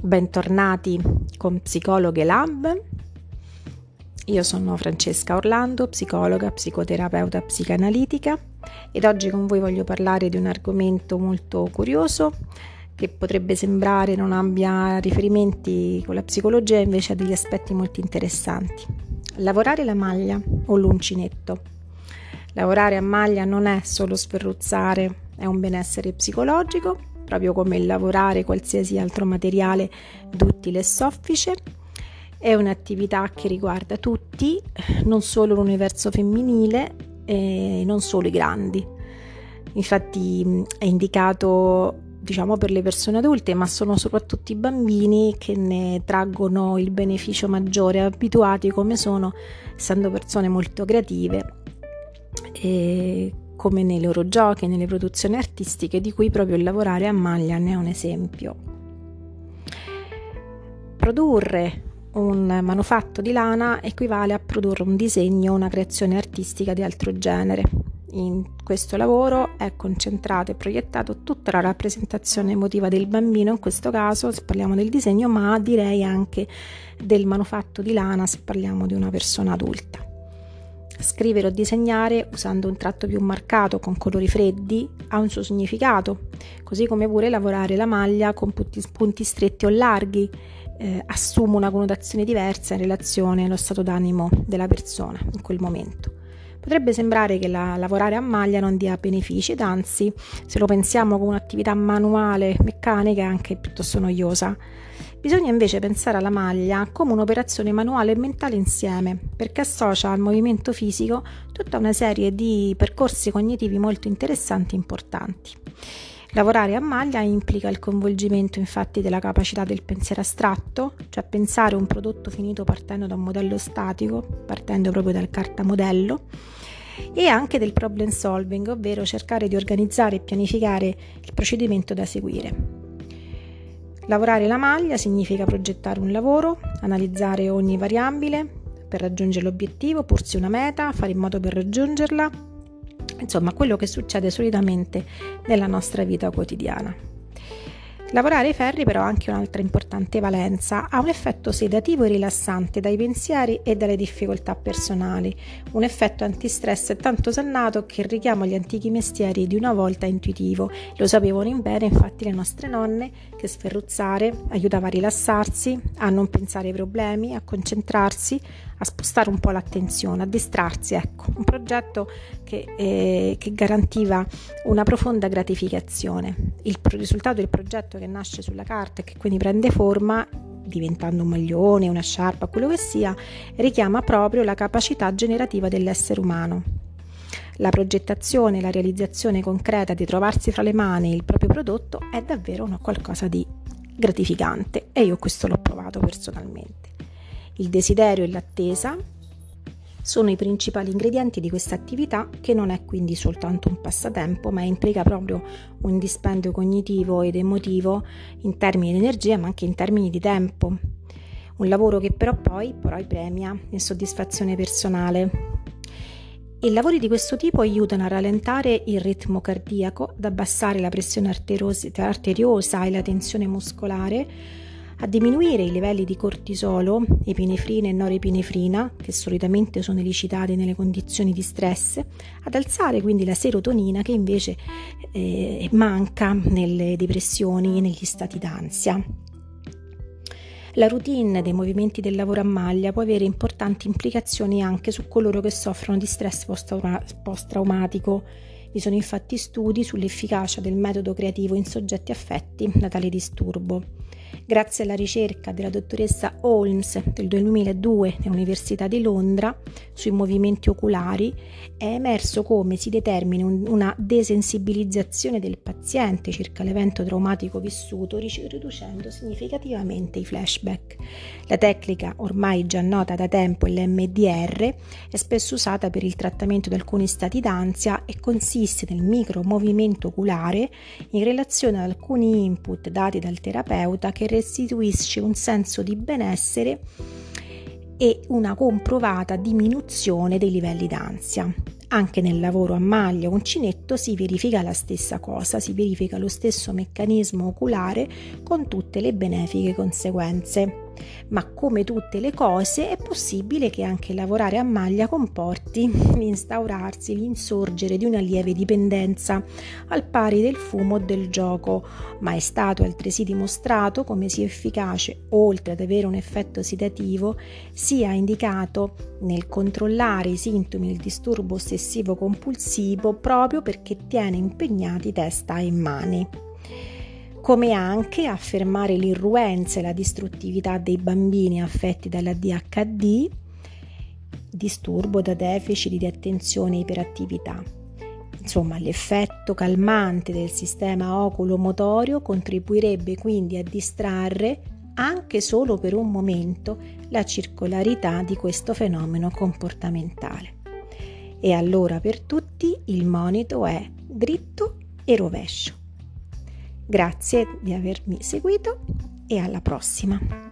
Bentornati con Psicologhe Lab. Io sono Francesca Orlando, psicologa, psicoterapeuta psicanalitica, ed oggi con voi voglio parlare di un argomento molto curioso che potrebbe sembrare non abbia riferimenti con la psicologia, invece ha degli aspetti molto interessanti. Lavorare la maglia o l'uncinetto. Lavorare a maglia non è solo sferruzzare, è un benessere psicologico, proprio come il lavorare qualsiasi altro materiale duttile e soffice. È un'attività che riguarda tutti, non solo l'universo femminile e non solo i grandi. Infatti è indicato, per le persone adulte, ma sono soprattutto i bambini che ne traggono il beneficio maggiore, abituati come sono, essendo persone molto creative, e come nei loro giochi, nelle produzioni artistiche, di cui proprio il lavorare a maglia ne è un esempio. Produrre un manufatto di lana equivale a produrre un disegno o una creazione artistica di altro genere. In questo lavoro è concentrato e proiettato tutta la rappresentazione emotiva del bambino, in questo caso se parliamo del disegno, ma direi anche del manufatto di lana se parliamo di una persona adulta. Scrivere o disegnare usando un tratto più marcato, con colori freddi, ha un suo significato, così come pure lavorare la maglia con punti stretti o larghi assume una connotazione diversa in relazione allo stato d'animo della persona in quel momento. Potrebbe sembrare che lavorare a maglia non dia benefici, ed anzi, se lo pensiamo come un'attività manuale, meccanica, è anche piuttosto noiosa. Bisogna invece pensare alla maglia come un'operazione manuale e mentale insieme, perché associa al movimento fisico tutta una serie di percorsi cognitivi molto interessanti e importanti. Lavorare a maglia implica il coinvolgimento infatti della capacità del pensiero astratto, cioè pensare un prodotto finito partendo da un modello statico, partendo proprio dal cartamodello, e anche del problem solving, ovvero cercare di organizzare e pianificare il procedimento da seguire. Lavorare la maglia significa progettare un lavoro, analizzare ogni variabile per raggiungere l'obiettivo, porsi una meta, fare in modo per raggiungerla, insomma quello che succede solitamente nella nostra vita quotidiana. Lavorare i ferri però ha anche un'altra importante valenza: ha un effetto sedativo e rilassante dai pensieri e dalle difficoltà personali, un effetto antistress tanto osannato che richiama gli antichi mestieri di una volta intuitivo. Lo sapevano in bene infatti le nostre nonne, che sferruzzare aiutava a rilassarsi, a non pensare ai problemi, a concentrarsi, a spostare un po' l'attenzione, a distrarsi, un progetto che garantiva una profonda gratificazione. Il risultato del progetto che nasce sulla carta e che quindi prende forma, diventando un maglione, una sciarpa, quello che sia, richiama proprio la capacità generativa dell'essere umano. La progettazione, la realizzazione concreta di trovarsi fra le mani il proprio prodotto è davvero qualcosa di gratificante, e io questo l'ho provato personalmente. Il desiderio e l'attesa sono i principali ingredienti di questa attività, che non è quindi soltanto un passatempo, ma implica proprio un dispendio cognitivo ed emotivo in termini di energia, ma anche in termini di tempo. Un lavoro che però poi premia in soddisfazione personale. I lavori di questo tipo aiutano a rallentare il ritmo cardiaco, ad abbassare la pressione arteriosa e la tensione muscolare, a diminuire i livelli di cortisolo, epinefrina e norepinefrina, che solitamente sono elicitate nelle condizioni di stress, ad alzare quindi la serotonina, che invece manca nelle depressioni e negli stati d'ansia. La routine dei movimenti del lavoro a maglia può avere importanti implicazioni anche su coloro che soffrono di stress post-traumatico. Vi sono infatti studi sull'efficacia del metodo creativo in soggetti affetti da tale disturbo. Grazie alla ricerca della dottoressa Holmes del 2002 dell'Università di Londra sui movimenti oculari, è emerso come si determini una desensibilizzazione del paziente circa l'evento traumatico vissuto, riducendo significativamente i flashback. La tecnica, ormai già nota da tempo, l'MDR, è spesso usata per il trattamento di alcuni stati d'ansia e consiste nel micro movimento oculare in relazione ad alcuni input dati dal terapeuta, che restituisce un senso di benessere e una comprovata diminuzione dei livelli d'ansia. Anche nel lavoro a maglia o uncinetto si verifica la stessa cosa, si verifica lo stesso meccanismo oculare con tutte le benefiche conseguenze. Ma come tutte le cose è possibile che anche lavorare a maglia comporti l'instaurarsi, l'insorgere di una lieve dipendenza, al pari del fumo o del gioco, ma è stato altresì dimostrato come sia efficace, oltre ad avere un effetto sedativo, sia indicato nel controllare i sintomi del disturbo ossessivo compulsivo proprio perché tiene impegnati testa e mani. Come anche affermare l'irruenza e la distruttività dei bambini affetti dall'ADHD, disturbo da deficit di attenzione e iperattività. Insomma, l'effetto calmante del sistema oculomotorio contribuirebbe quindi a distrarre, anche solo per un momento, la circolarità di questo fenomeno comportamentale. E allora per tutti il monito è dritto e rovescio. Grazie di avermi seguito e alla prossima.